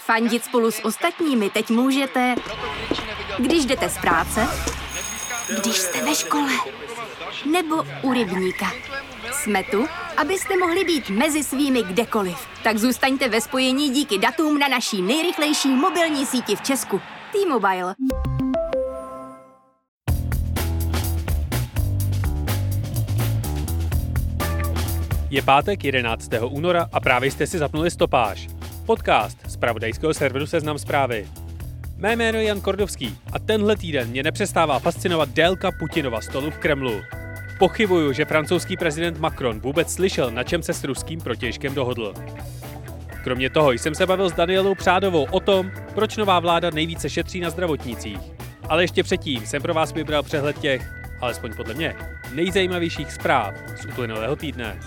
Fandit spolu s ostatními teď můžete, když jdete z práce, když jste ve škole, nebo u rybníka. Jsme tu, abyste mohli být mezi svými kdekoliv. Tak zůstaňte ve spojení díky datům na naší nejrychlejší mobilní síti v Česku. T-Mobile. Je pátek 11. února a právě jste si zapnuli Stopáž. Podcast z zpravodajského serveru Seznam Zprávy. Mé jméno je Jan Kordovský a tenhle týden mě nepřestává fascinovat délka Putinova stolu v Kremlu. Pochybuju, že francouzský prezident Macron vůbec slyšel, na čem se s ruským protějškem dohodl. Kromě toho jsem se bavil s Danielou Přádovou o tom, proč nová vláda nejvíce šetří na zdravotnících. Ale ještě předtím jsem pro vás vybral přehled těch, alespoň podle mě, nejzajímavějších zpráv z uplynulého týdne.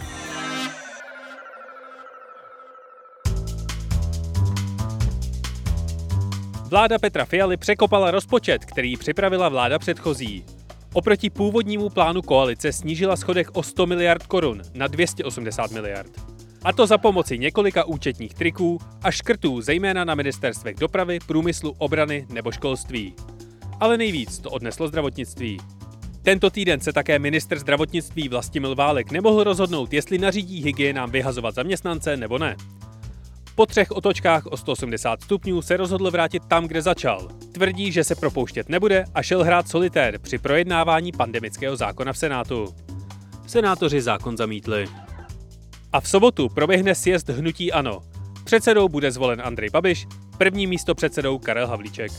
Vláda Petra Fialy překopala rozpočet, který připravila vláda předchozí. Oproti původnímu plánu koalice snížila schodek o 100 miliard korun na 280 miliard. A to za pomoci několika účetních triků a škrtů zejména na ministerstvech dopravy, průmyslu, obrany nebo školství. Ale nejvíc to odneslo zdravotnictví. Tento týden se také ministr zdravotnictví Vlastimil Válek nemohl rozhodnout, jestli nařídí hygienám vyhazovat zaměstnance nebo ne. Po 3 otočkách o 180 stupňů se rozhodl vrátit tam, kde začal. Tvrdí, že se propouštět nebude a šel hrát solitér při projednávání pandemického zákona v Senátu. Senátoři zákon zamítli. A v sobotu proběhne sjezd hnutí ANO. Předsedou bude zvolen Andrej Babiš, prvním místopředsedou Karel Havlíček.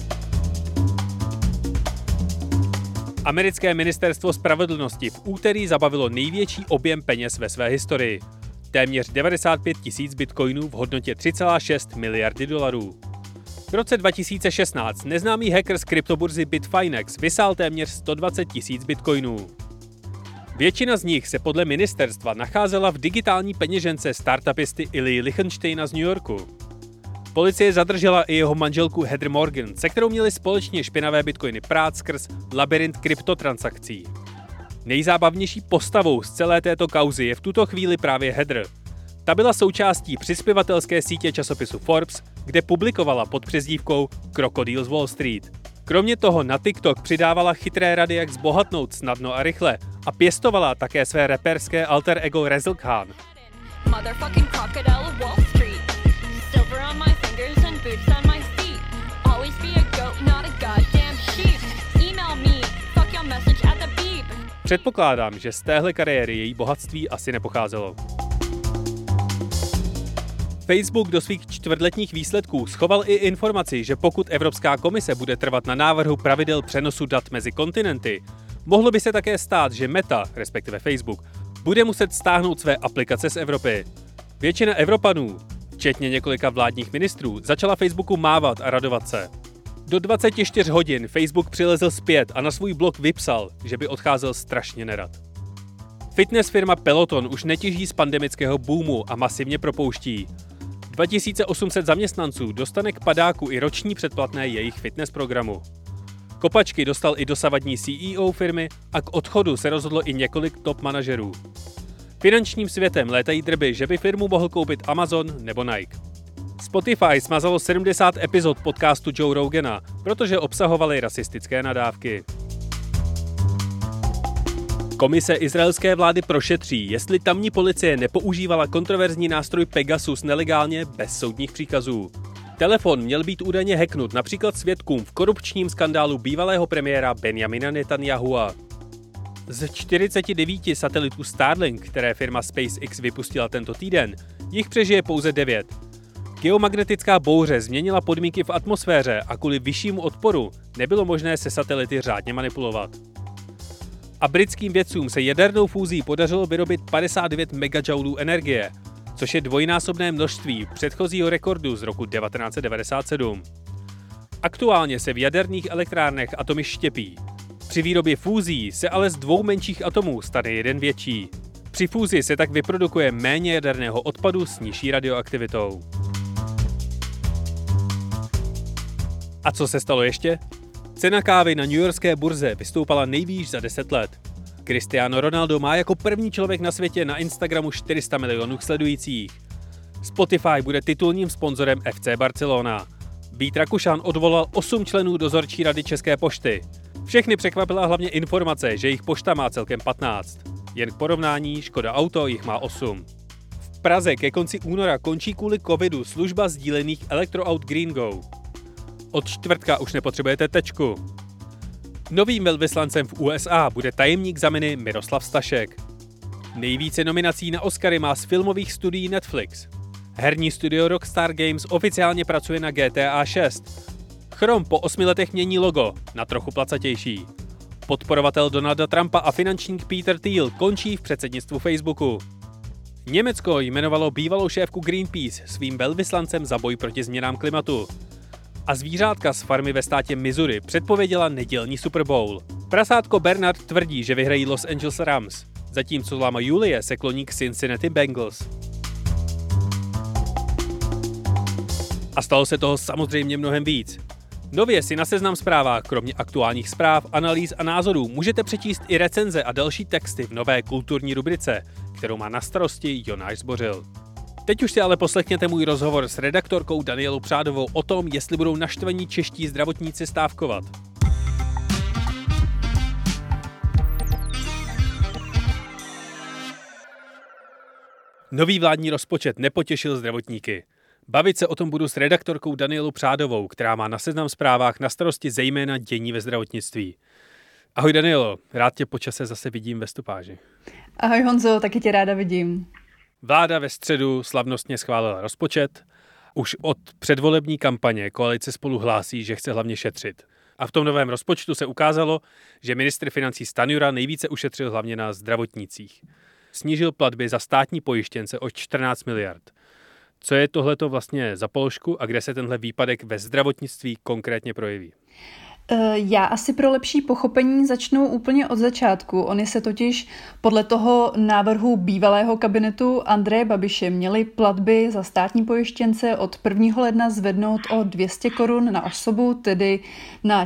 Americké ministerstvo spravedlnosti v úterý zabavilo největší objem peněz ve své historii. Téměř 95 000 bitcoinů v hodnotě 3,6 miliardy dolarů. V roce 2016 neznámý hacker z kryptoburzy Bitfinex vysál téměř 120 000 bitcoinů. Většina z nich se podle ministerstva nacházela v digitální peněžence startupisty Ilji Lichtensteina z New Yorku. Policie zadržela i jeho manželku Heather Morgan, se kterou měli společně špinavé bitcoiny prát skrz labyrint kryptotransakcí. Nejzábavnější postavou z celé této kauzy je v tuto chvíli právě Heather. Ta byla součástí přispěvatelské sítě časopisu Forbes, kde publikovala pod přezdívkou Crocodile z Wall Street. Kromě toho na TikTok přidávala chytré rady, jak zbohatnout snadno a rychle, a pěstovala také své reperské alter ego Rezzle Khan. Předpokládám, že z téhle kariéry její bohatství asi nepocházelo. Facebook do svých čtvrtletních výsledků schoval i informaci, že pokud Evropská komise bude trvat na návrhu pravidel přenosu dat mezi kontinenty, mohlo by se také stát, že Meta, respektive Facebook, bude muset stáhnout své aplikace z Evropy. Většina Evropanů, včetně několika vládních ministrů, začala Facebooku mávat a radovat se. Do 24 hodin Facebook přilezl zpět a na svůj blog vypsal, že by odcházel strašně nerad. Fitness firma Peloton už netěží z pandemického boomu a masivně propouští. 2800 zaměstnanců dostane k padáku i roční předplatné jejich fitness programu. Kopačky dostal i dosavadní CEO firmy a k odchodu se rozhodlo i několik top manažerů. Finančním světem létají drby, že by firmu mohl koupit Amazon nebo Nike. Spotify smazalo 70 epizod podcastu Joe Rogana, protože obsahovaly rasistické nadávky. Komise izraelské vlády prošetří, jestli tamní policie nepoužívala kontroverzní nástroj Pegasus nelegálně bez soudních příkazů. Telefon měl být údajně hacknut například svědkům v korupčním skandálu bývalého premiéra Benjamina Netanyahua. Z 49 satelitů Starlink, které firma SpaceX vypustila tento týden, jich přežije pouze 9. Geomagnetická bouře změnila podmínky v atmosféře a kvůli vyššímu odporu nebylo možné se satelity řádně manipulovat. A britským vědcům se jadernou fúzí podařilo vyrobit 59 megajoulů energie, což je dvojnásobné množství předchozího rekordu z roku 1997. Aktuálně se v jaderných elektrárnách atomy štěpí. Při výrobě fúzí se ale z 2 menších atomů stane jeden větší. Při fúzi se tak vyprodukuje méně jaderného odpadu s nižší radioaktivitou. A co se stalo ještě? Cena kávy na newyorské burze vystoupala nejvýš za 10 let. Cristiano Ronaldo má jako první člověk na světě na Instagramu 400 milionů sledujících. Spotify bude titulním sponzorem FC Barcelona. Vít Rakušan odvolal 8 členů dozorčí rady České pošty. Všechny překvapila hlavně informace, že jejich pošta má celkem 15. Jen k porovnání, Škoda Auto jich má 8. V Praze ke konci února končí kvůli covidu služba sdílených elektroaut GreenGo. Od čtvrtka už nepotřebujete tečku. Novým velvyslancem v USA bude tajemník zamini Miroslav Stašek. Nejvíce nominací na Oscary má z filmových studií Netflix. Herní studio Rockstar Games oficiálně pracuje na GTA 6. Chrome po 8 letech mění logo na trochu placatější. Podporovatel Donalda Trumpa a finančník Peter Thiel končí v předsednictvu Facebooku. Německo jmenovalo bývalou šéfku Greenpeace svým velvyslancem za boj proti změnám klimatu. A zvířátka z farmy ve státě Missouri předpověděla nedělní Super Bowl. Prasátko Bernard tvrdí, že vyhrají Los Angeles Rams, zatímco lama Julie se kloní k Cincinnati Bengals. A stalo se toho samozřejmě mnohem víc. Nově si na Seznam Zprávách kromě aktuálních zpráv, analýz a názorů můžete přečíst i recenze a další texty v nové kulturní rubrice, kterou má na starosti Jonáš Zbořil. Teď už si ale poslechněte můj rozhovor s redaktorkou Danielou Přádovou o tom, jestli budou naštvaní čeští zdravotníci stávkovat. Nový vládní rozpočet nepotěšil zdravotníky. Bavit se o tom budu s redaktorkou Danielou Přádovou, která má na Seznam Zprávách na starosti zejména dění ve zdravotnictví. Ahoj Danielo, rád tě po čase zase vidím ve stopáži. Ahoj Honzo, taky tě ráda vidím. Vláda ve středu slavnostně schválila rozpočet. Už od předvolební kampaně koalice Spolu hlásí, že chce hlavně šetřit. A v tom novém rozpočtu se ukázalo, že ministr financí Stanjura nejvíce ušetřil hlavně na zdravotnících. Snížil platby za státní pojištěnce o 14 miliard. Co je tohleto vlastně za položku a kde se tenhle výpadek ve zdravotnictví konkrétně projeví? Já asi pro lepší pochopení začnu úplně od začátku. Oni se totiž podle toho návrhu bývalého kabinetu Andreje Babiše měli platby za státní pojištěnce od 1. ledna zvednout o 200 korun na osobu, tedy na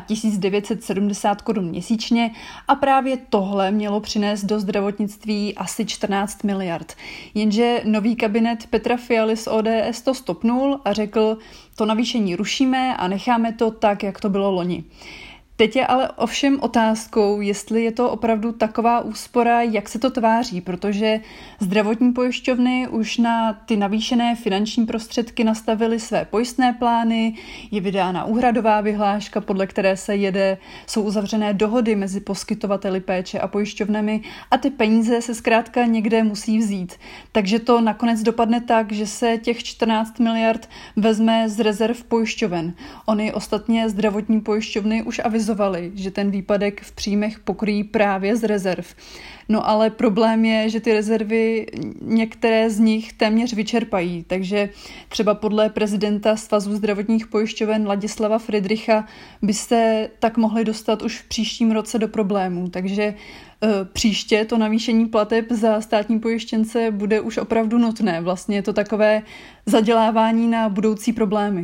1970 korun měsíčně a právě tohle mělo přinést do zdravotnictví asi 14 miliard. Jenže nový kabinet Petra Fialy z ODS to stopnul a řekl, to navýšení rušíme a necháme to tak, jak to bylo loni. Teď je ale ovšem otázkou, jestli je to opravdu taková úspora, jak se to tváří, protože zdravotní pojišťovny už na ty navýšené finanční prostředky nastavily své pojistné plány, je vydána úhradová vyhláška, podle které se jede, jsou uzavřené dohody mezi poskytovateli péče a pojišťovnami a ty peníze se zkrátka někde musí vzít. Takže to nakonec dopadne tak, že se těch 14 miliard vezme z rezerv pojišťoven. Ony ostatně zdravotní pojišťovny už avizovali, že ten výpadek v příjmech pokryjí právě z rezerv. No ale problém je, že ty rezervy některé z nich téměř vyčerpají, takže třeba podle prezidenta Svazu zdravotních pojišťoven Ladislava Friedricha by se tak mohli dostat už v příštím roce do problémů. Takže příště to navýšení plateb za státní pojištěnce bude už opravdu nutné. Vlastně je to takové zadělávání na budoucí problémy.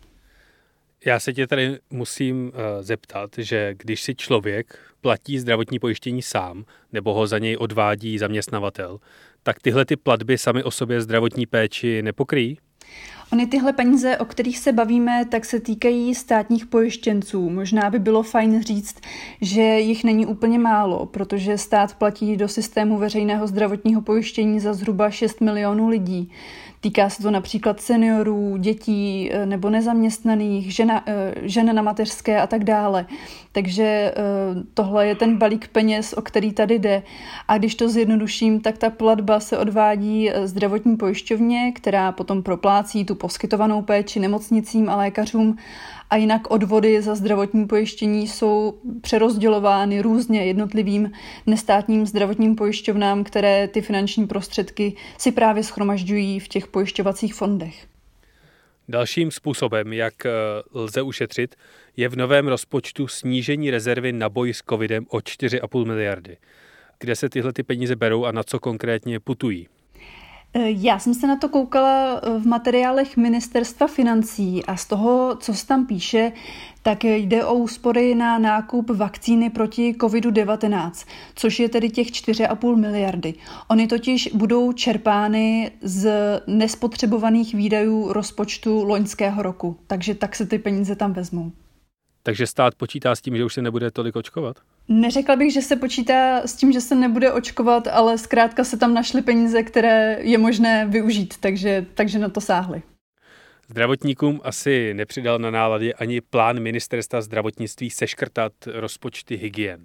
Já se tě tady musím zeptat, že když si člověk platí zdravotní pojištění sám nebo ho za něj odvádí zaměstnavatel, tak tyhle ty platby sami o sobě zdravotní péči nepokryjí? Ony tyhle peníze, o kterých se bavíme, tak se týkají státních pojištěnců. Možná by bylo fajn říct, že jich není úplně málo, protože stát platí do systému veřejného zdravotního pojištění za zhruba 6 milionů lidí. Týká se to například seniorů, dětí nebo nezaměstnaných, žen na mateřské a tak dále. Takže tohle je ten balík peněz, o který tady jde. A když to zjednoduším, tak ta platba se odvádí zdravotní pojišťovně, která potom proplácí tu poskytovanou péči nemocnicím a lékařům. A jinak odvody za zdravotní pojištění jsou přerozdělovány různě jednotlivým nestátním zdravotním pojišťovnám, které ty finanční prostředky si právě shromažďují v těch pojišťovacích fondech. Dalším způsobem, jak lze ušetřit, je v novém rozpočtu snížení rezervy na boj s covidem o 4,5 miliardy. Kde se tyhle ty peníze berou a na co konkrétně putují? Já jsem se na to koukala v materiálech Ministerstva financí a z toho, co se tam píše, tak jde o úspory na nákup vakcíny proti COVID-19, což je tedy těch 4,5 miliardy. Ony totiž budou čerpány z nespotřebovaných výdajů rozpočtu loňského roku, takže tak se ty peníze tam vezmou. Takže stát počítá s tím, že už se nebude tolik očkovat? Neřekla bych, že se počítá s tím, že se nebude očkovat, ale zkrátka se tam našly peníze, které je možné využít, takže na to sáhli. Zdravotníkům asi nepřidal na náladě ani plán ministerstva zdravotnictví seškrtat rozpočty hygien.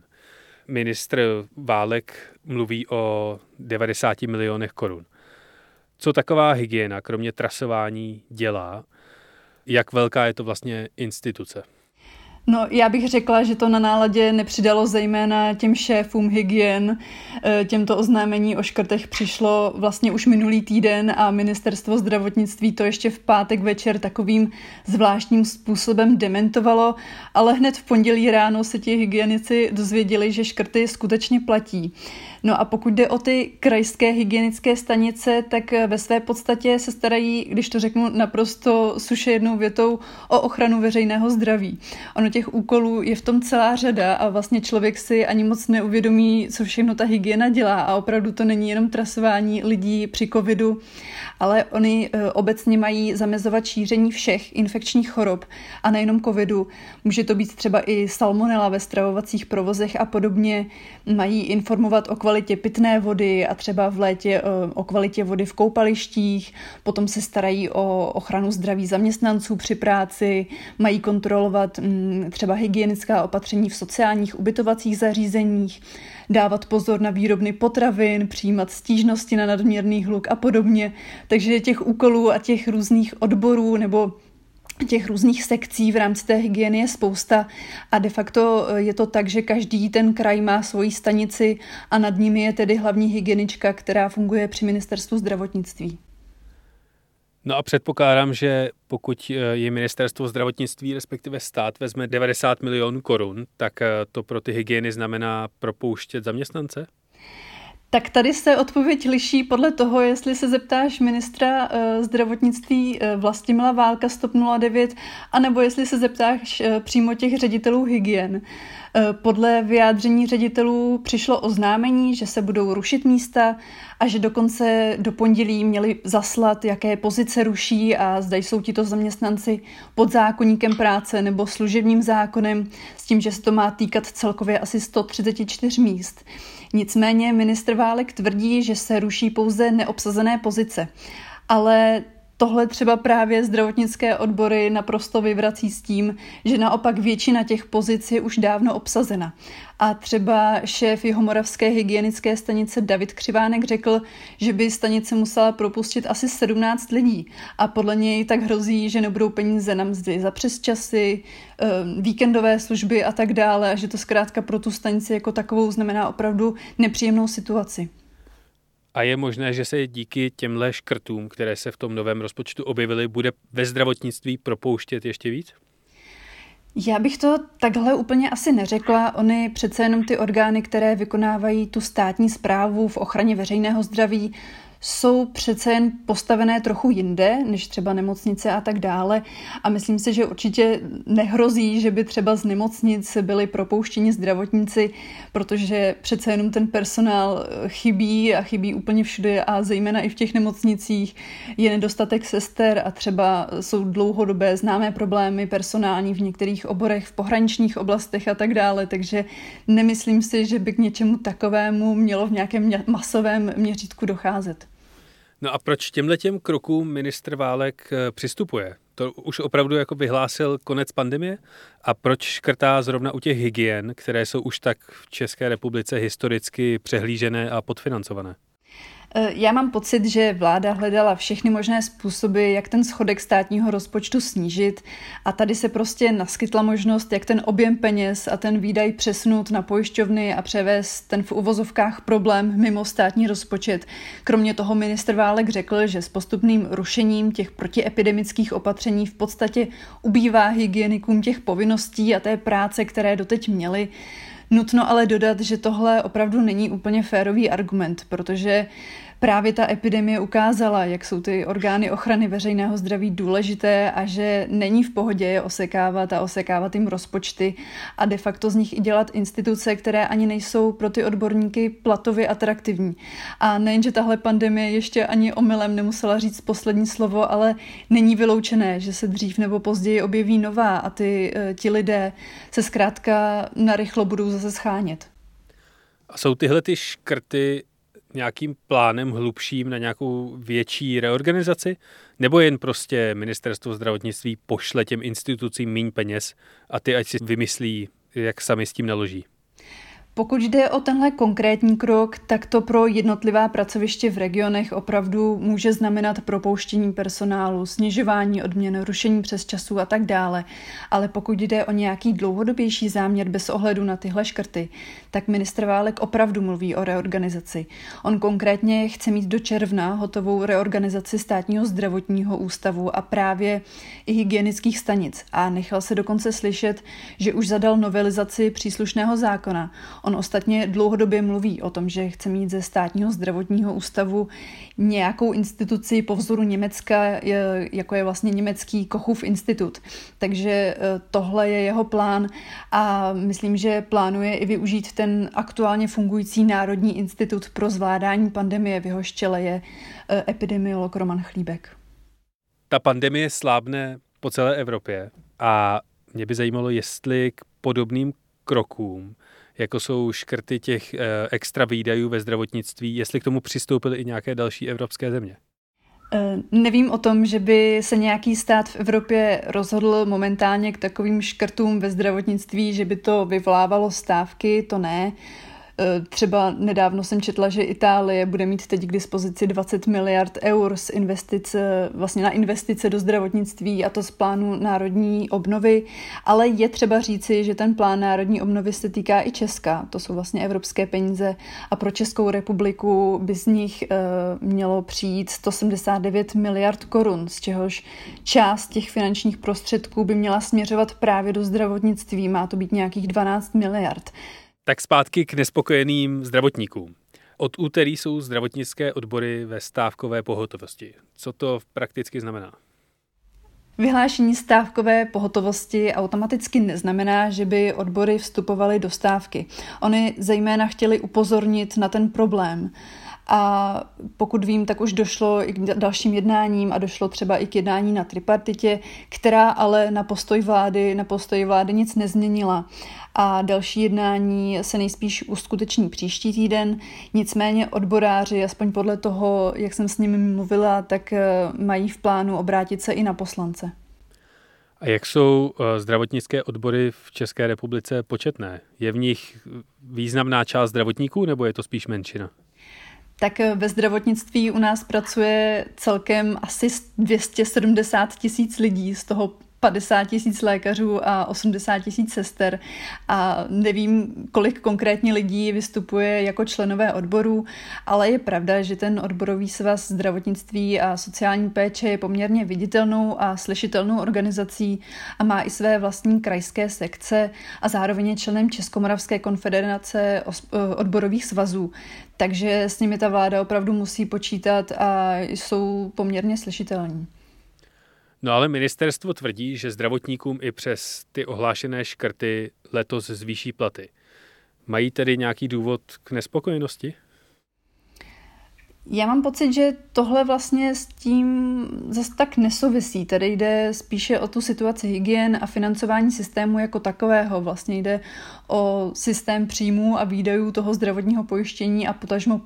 Ministr Válek mluví o 90 milionech korun. Co taková hygiena, kromě trasování, dělá? Jak velká je to vlastně instituce? No, já bych řekla, že to na náladě nepřidalo zejména těm šéfům hygien. Těmto oznámení o škrtech přišlo vlastně už minulý týden a ministerstvo zdravotnictví to ještě v pátek večer takovým zvláštním způsobem dementovalo, ale hned v pondělí ráno se ti hygienici dozvěděli, že škrty skutečně platí. No a pokud jde o ty krajské hygienické stanice, tak ve své podstatě se starají, když to řeknu naprosto suše jednou větou, o ochranu veřejného zdraví. Ono těch úkolů je v tom celá řada a vlastně člověk si ani moc neuvědomí, co všechno ta hygiena dělá a opravdu to není jenom trasování lidí při covidu, ale oni obecně mají zamezovat šíření všech infekčních chorob a nejenom covidu. Může to být třeba i salmonela ve stravovacích provozech a podobně. Mají informovat o kvalitě pitné vody a třeba v létě o kvalitě vody v koupalištích, potom se starají o ochranu zdraví zaměstnanců při práci, mají kontrolovat třeba hygienická opatření v sociálních ubytovacích zařízeních, dávat pozor na výrobny potravin, přijímat stížnosti na nadměrný hluk a podobně. Takže těch úkolů a těch různých odborů nebo těch různých sekcí v rámci té hygieny je spousta a de facto je to tak, že každý ten kraj má svoji stanici a nad nimi je tedy hlavní hygienička, která funguje při ministerstvu zdravotnictví. No a předpokládám, že pokud je ministerstvo zdravotnictví, respektive stát, vezme 90 milionů korun, tak to pro ty hygieny znamená propouštět zaměstnance? Tak tady se odpověď liší podle toho, jestli se zeptáš ministra zdravotnictví Vlastimila Válka z TOP 09, anebo jestli se zeptáš přímo těch ředitelů hygien. Podle vyjádření ředitelů přišlo oznámení, že se budou rušit místa a že dokonce do pondělí měli zaslat, jaké pozice ruší a zda jsou tito zaměstnanci pod zákoníkem práce nebo služebním zákonem, s tím, že se to má týkat celkově asi 134 míst. Nicméně ministr Válek tvrdí, že se ruší pouze neobsazené pozice. Ale tohle třeba právě zdravotnické odbory naprosto vyvrací s tím, že naopak většina těch pozic je už dávno obsazena. A třeba šéf Jihomoravské hygienické stanice David Křivánek řekl, že by stanice musela propustit asi 17 lidí a podle něj tak hrozí, že nebudou peníze na mzdy za přesčasy, víkendové služby a tak dále a že to zkrátka pro tu stanici jako takovou znamená opravdu nepříjemnou situaci. A je možné, že se díky těmhle škrtům, které se v tom novém rozpočtu objevily, bude ve zdravotnictví propouštět ještě víc? Já bych to takhle úplně asi neřekla. Ony přece jenom ty orgány, které vykonávají tu státní správu v ochraně veřejného zdraví, jsou přece jen postavené trochu jinde, než třeba nemocnice a tak dále. A myslím si, že určitě nehrozí, že by třeba z nemocnic byli propouštěni zdravotníci, protože přece jenom ten personál chybí a chybí úplně všude a zejména i v těch nemocnicích je nedostatek sester a třeba jsou dlouhodobé známé problémy personální v některých oborech, v pohraničních oblastech a tak dále. Takže nemyslím si, že by k něčemu takovému mělo v nějakém masovém měřítku docházet. No a proč těmhletěm krokům ministr Válek přistupuje? To už opravdu jako vyhlásil konec pandemie? A proč škrtá zrovna u těch hygien, které jsou už tak v České republice historicky přehlížené a podfinancované? Já mám pocit, že vláda hledala všechny možné způsoby, jak ten schodek státního rozpočtu snížit a tady se prostě naskytla možnost, jak ten objem peněz a ten výdaj přesunout na pojišťovny a převést ten v uvozovkách problém mimo státní rozpočet. Kromě toho ministr Válek řekl, že s postupným rušením těch protiepidemických opatření v podstatě ubývá hygienikům těch povinností a té práce, které doteď měli. Nutno ale dodat, že tohle opravdu není úplně férový argument, protože Právě ta epidemie ukázala, jak jsou ty orgány ochrany veřejného zdraví důležité a že není v pohodě je osekávat a osekávat jim rozpočty a de facto z nich i dělat instituce, které ani nejsou pro ty odborníky platově atraktivní. A nejen, že tahle pandemie ještě ani omylem nemusela říct poslední slovo, ale není vyloučené, že se dřív nebo později objeví nová a ti lidé se zkrátka narychlo budou zase schánět. A jsou tyhle ty škrty nějakým plánem hlubším na nějakou větší reorganizaci? Nebo jen prostě ministerstvo zdravotnictví pošle těm institucím míň peněz a ty ať si vymyslí, jak sami s tím naloží? Pokud jde o tenhle konkrétní krok, tak to pro jednotlivá pracoviště v regionech opravdu může znamenat propouštění personálu, snižování odměn, rušení přesčasů a tak dále. Ale pokud jde o nějaký dlouhodobější záměr bez ohledu na tyhle škrty, tak ministr Válek opravdu mluví o reorganizaci. On konkrétně chce mít do června hotovou reorganizaci Státního zdravotního ústavu a právě i hygienických stanic. A nechal se dokonce slyšet, že už zadal novelizaci příslušného zákona. On ostatně dlouhodobě mluví o tom, že chce mít ze Státního zdravotního ústavu nějakou instituci po vzoru Německa, jako je vlastně německý Kochův institut. Takže tohle je jeho plán a myslím, že plánuje i využít ten aktuálně fungující Národní institut pro zvládání pandemie, v jehož čele je epidemiolog Roman Chlíbek. Ta pandemie slábne po celé Evropě a mě by zajímalo, jestli k podobným krokům, jako jsou škrty těch extra výdajů ve zdravotnictví, jestli k tomu přistoupily i nějaké další evropské země? Nevím o tom, že by se nějaký stát v Evropě rozhodl momentálně k takovým škrtům ve zdravotnictví, že by to vyvolávalo stávky, to ne. Třeba nedávno jsem četla, že Itálie bude mít teď k dispozici 20 miliard eur z vlastně na investice do zdravotnictví a to z plánu národní obnovy, ale je třeba říci, že ten plán národní obnovy se týká i Česka. To jsou vlastně evropské peníze a pro Českou republiku by z nich mělo přijít 179 miliard korun, z čehož část těch finančních prostředků by měla směřovat právě do zdravotnictví. Má to být nějakých 12 miliard. Tak zpátky k nespokojeným zdravotníkům. Od úterý jsou zdravotnické odbory ve stávkové pohotovosti. Co to prakticky znamená? Vyhlášení stávkové pohotovosti automaticky neznamená, že by odbory vstupovaly do stávky. Oni zejména chtěli upozornit na ten problém. A pokud vím, tak už došlo i k dalším jednáním a došlo třeba i k jednání na tripartitě, která ale na postoji vlády nic nezměnila. A další jednání se nejspíš uskuteční příští týden. Nicméně odboráři, aspoň podle toho, jak jsem s nimi mluvila, tak mají v plánu obrátit se i na poslance. A jak jsou zdravotnické odbory v České republice početné? Je v nich významná část zdravotníků nebo je to spíš menšina? Tak ve zdravotnictví u nás pracuje celkem asi 270 000 lidí, z toho 50 000 lékařů a 80 000 sester a nevím, kolik konkrétně lidí vystupuje jako členové odborů, ale je pravda, že ten odborový svaz zdravotnictví a sociální péče je poměrně viditelnou a slyšitelnou organizací a má i své vlastní krajské sekce a zároveň je členem Českomoravské konfederace odborových svazů. Takže s nimi ta vláda opravdu musí počítat a jsou poměrně slyšitelní. No ale ministerstvo tvrdí, že zdravotníkům i přes ty ohlášené škrty letos zvýší platy. Mají tedy nějaký důvod k nespokojenosti? Já mám pocit, že tohle vlastně s tím zase tak nesouvisí. Tady jde spíše o tu situaci hygien a financování systému jako takového. Vlastně jde o systém příjmů a výdajů toho zdravotního pojištění a potažmo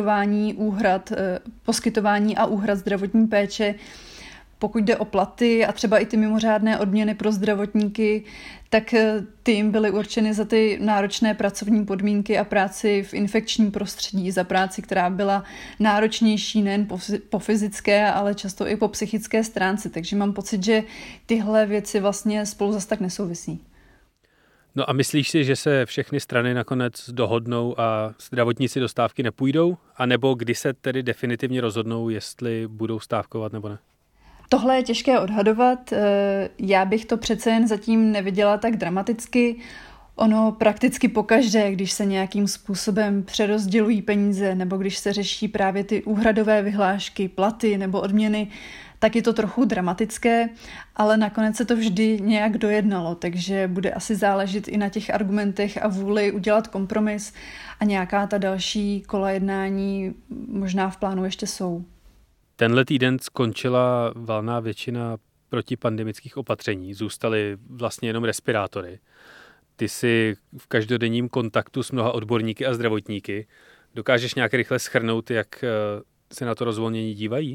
poskytování a úhrad zdravotní péče. Pokud jde o platy a třeba i ty mimořádné odměny pro zdravotníky, tak ty jim byly určeny za ty náročné pracovní podmínky a práci v infekčním prostředí, za práci, která byla náročnější nejen po fyzické, ale často i po psychické stránce. Takže mám pocit, že tyhle věci vlastně spolu zase tak nesouvisí. No a myslíš si, že se všechny strany nakonec dohodnou a zdravotníci do stávky nepůjdou? A nebo kdy se tedy definitivně rozhodnou, jestli budou stávkovat nebo ne? Tohle je těžké odhadovat. Já bych to přece jen zatím neviděla tak dramaticky. Ono prakticky pokaždé, když se nějakým způsobem přerozdělují peníze nebo když se řeší právě ty úhradové vyhlášky, platy nebo odměny, tak je to trochu dramatické, ale nakonec se to vždy nějak dojednalo, takže bude asi záležet i na těch argumentech a vůli udělat kompromis a nějaká ta další kola jednání možná v plánu ještě jsou. Tenhle týden skončila valná většina protipandemických opatření, zůstaly vlastně jenom respirátory. Ty jsi v každodenním kontaktu s mnoha odborníky a zdravotníky. Dokážeš nějak rychle shrnout, jak se na to rozvolnění dívají?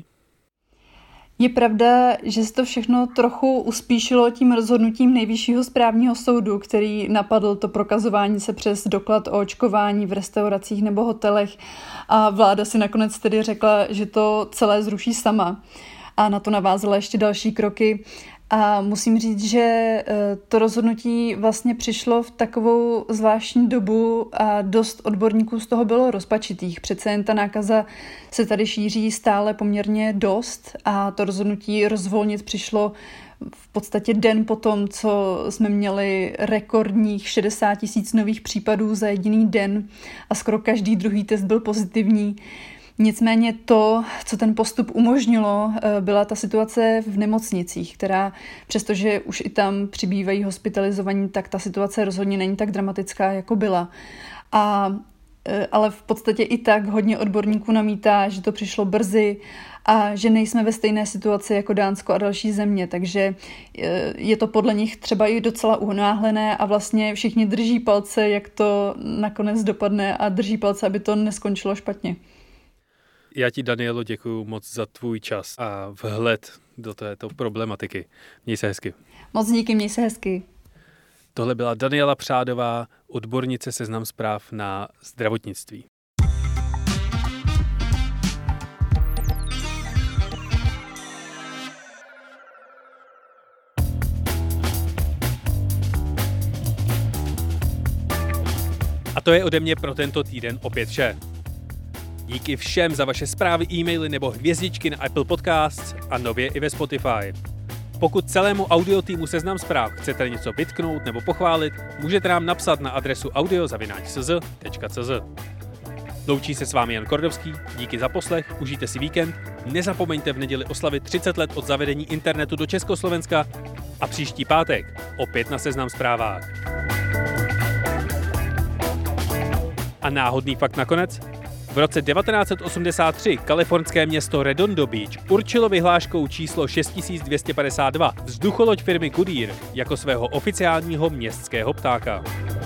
Je pravda, že se to všechno trochu uspíšilo tím rozhodnutím Nejvyššího správního soudu, který napadl to prokazování se přes doklad o očkování v restauracích nebo hotelech a vláda si nakonec tedy řekla, že to celé zruší sama. A na to navázala ještě další kroky. A musím říct, že to rozhodnutí vlastně přišlo v takovou zvláštní dobu a dost odborníků z toho bylo rozpačitých. Přece jen ta nákaza se tady šíří stále poměrně dost a to rozhodnutí rozvolnit přišlo v podstatě den potom, co jsme měli rekordních 60 000 nových případů za jediný den a skoro každý druhý test byl pozitivní. Nicméně to, co ten postup umožnilo, byla ta situace v nemocnicích, která, přestože už i tam přibývají hospitalizovaní, tak ta situace rozhodně není tak dramatická, jako byla. Ale v podstatě i tak hodně odborníků namítá, že to přišlo brzy a že nejsme ve stejné situaci jako Dánsko a další země, takže je to podle nich třeba i docela unáhlené a vlastně všichni drží palce, jak to nakonec dopadne a drží palce, aby to neskončilo špatně. Já ti, Danielo, děkuju moc za tvůj čas a vhled do této problematiky. Měj se hezky. Moc díky, měj se hezky. Tohle byla Daniela Přádová, odbornice Seznam Zpráv na zdravotnictví. A to je ode mě pro tento týden opět vše. Díky všem za vaše zprávy, e-maily nebo hvězdičky na Apple Podcasts a nově i ve Spotify. Pokud celému audio týmu Seznam Zpráv chcete něco vytknout nebo pochválit, můžete nám napsat na adresu audio@cz.cz. Loučí se s vámi Jan Kordovský, díky za poslech, užijte si víkend, nezapomeňte v neděli oslavit 30 let od zavedení internetu do Československa a příští pátek opět na Seznam Zprávách. A náhodný fakt nakonec? V roce 1983 kalifornské město Redondo Beach určilo vyhláškou číslo 6252 vzducholoď firmy Goodyear jako svého oficiálního městského ptáka.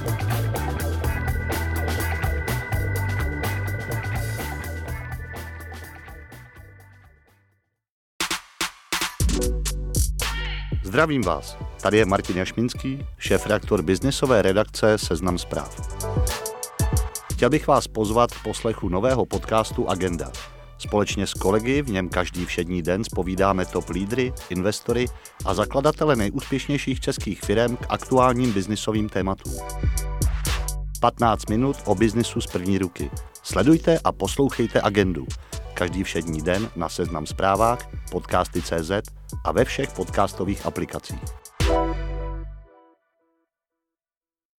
Zdravím vás, tady je Martin Jašminský, šéfredaktor biznisové redakce Seznam Zpráv. Chtěl bych vás pozvat k poslechu nového podcastu Agenda. Společně s kolegy v něm každý všední den zpovídáme top lídry, investory a zakladatele nejúspěšnějších českých firem k aktuálním biznisovým tématům. 15 minut o biznisu z první ruky. Sledujte a poslouchejte Agendu. Každý všední den na Seznam Zprávách, podcasty.cz a ve všech podcastových aplikacích.